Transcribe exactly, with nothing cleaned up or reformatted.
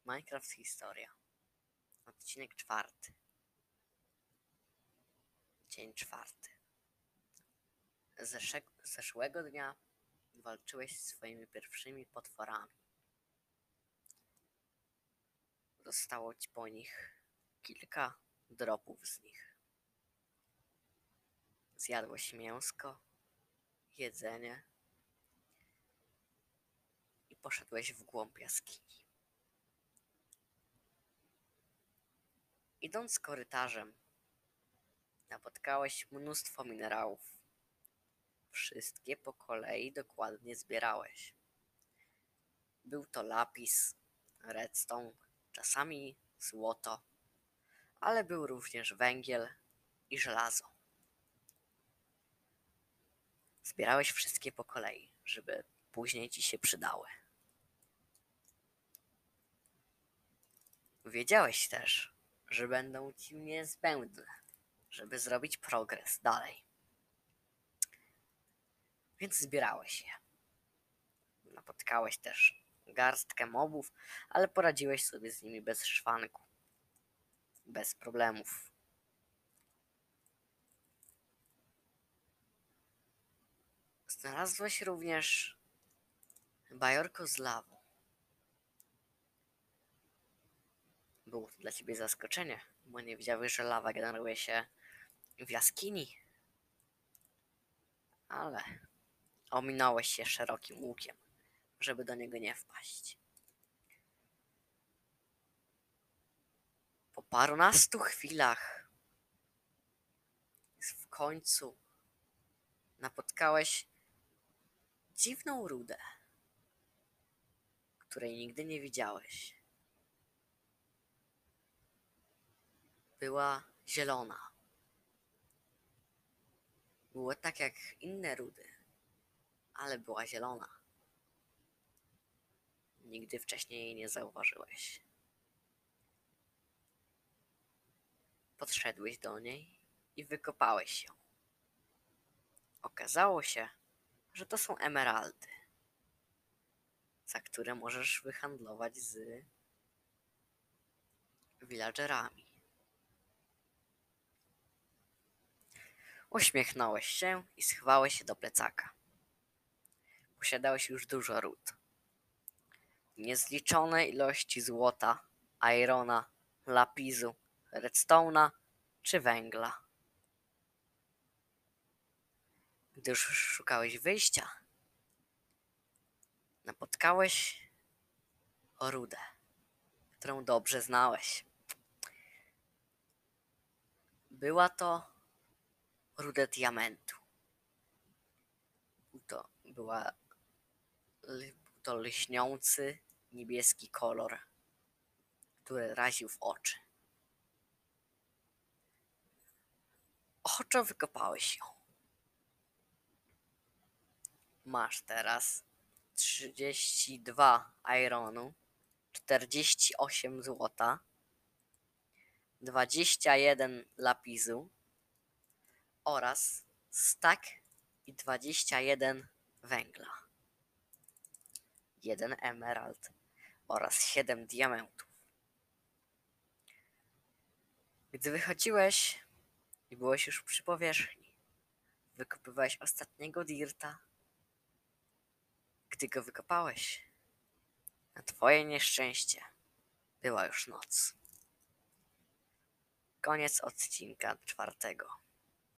Minecraft Historia. Odcinek czwarty. Dzień czwarty. Zeszek- zeszłego dnia walczyłeś z swoimi pierwszymi potworami. Zostało ci po nich kilka dropów z nich. Zjadłeś mięsko, jedzenie i poszedłeś w głąb jaskini. Idąc korytarzem, napotkałeś mnóstwo minerałów. Wszystkie po kolei dokładnie zbierałeś. Był to lapis, redstone, czasami złoto, ale był również węgiel i żelazo. Zbierałeś wszystkie po kolei, żeby później ci się przydały. Wiedziałeś też, że będą ci niezbędne, żeby zrobić progres dalej. Więc zbierałeś je. Napotkałeś też garstkę mobów, ale poradziłeś sobie z nimi bez szwanku. Bez problemów. Znalazłeś również bajorko z lawą. Było to dla ciebie zaskoczenie, bo nie wiedziałeś, że lawa generuje się w jaskini. Ale ominąłeś się szerokim łukiem, żeby do niego nie wpaść. Po parunastu chwilach w końcu napotkałeś dziwną rudę, której nigdy nie widziałeś. Była zielona. Było tak jak inne rudy, ale była zielona. Nigdy wcześniej jej nie zauważyłeś. Podszedłeś do niej i wykopałeś ją. Okazało się, że to są emeraldy, za które możesz wyhandlować z villagerami. Uśmiechnąłeś się i schowałeś się do plecaka. Posiadałeś już dużo ród. Niezliczone ilości złota, irona, lapisu, redstone'a czy węgla. Gdy już szukałeś wyjścia, napotkałeś rudę, którą dobrze znałeś. Była to ruda diamentu. To była Był to lśniący niebieski kolor, który raził w oczy. Ochoczo wykopałeś ją. Masz teraz trzydzieści dwa ironu, czterdzieści osiem złota, dwadzieścia jeden lapisu oraz stack i dwadzieścia jeden węgla, jeden emerald oraz siedem diamentów. Gdy wychodziłeś i byłeś już przy powierzchni, wykopywałeś ostatniego dirta. Gdy go wykopałeś, na twoje nieszczęście była już noc. Koniec odcinka czwartego.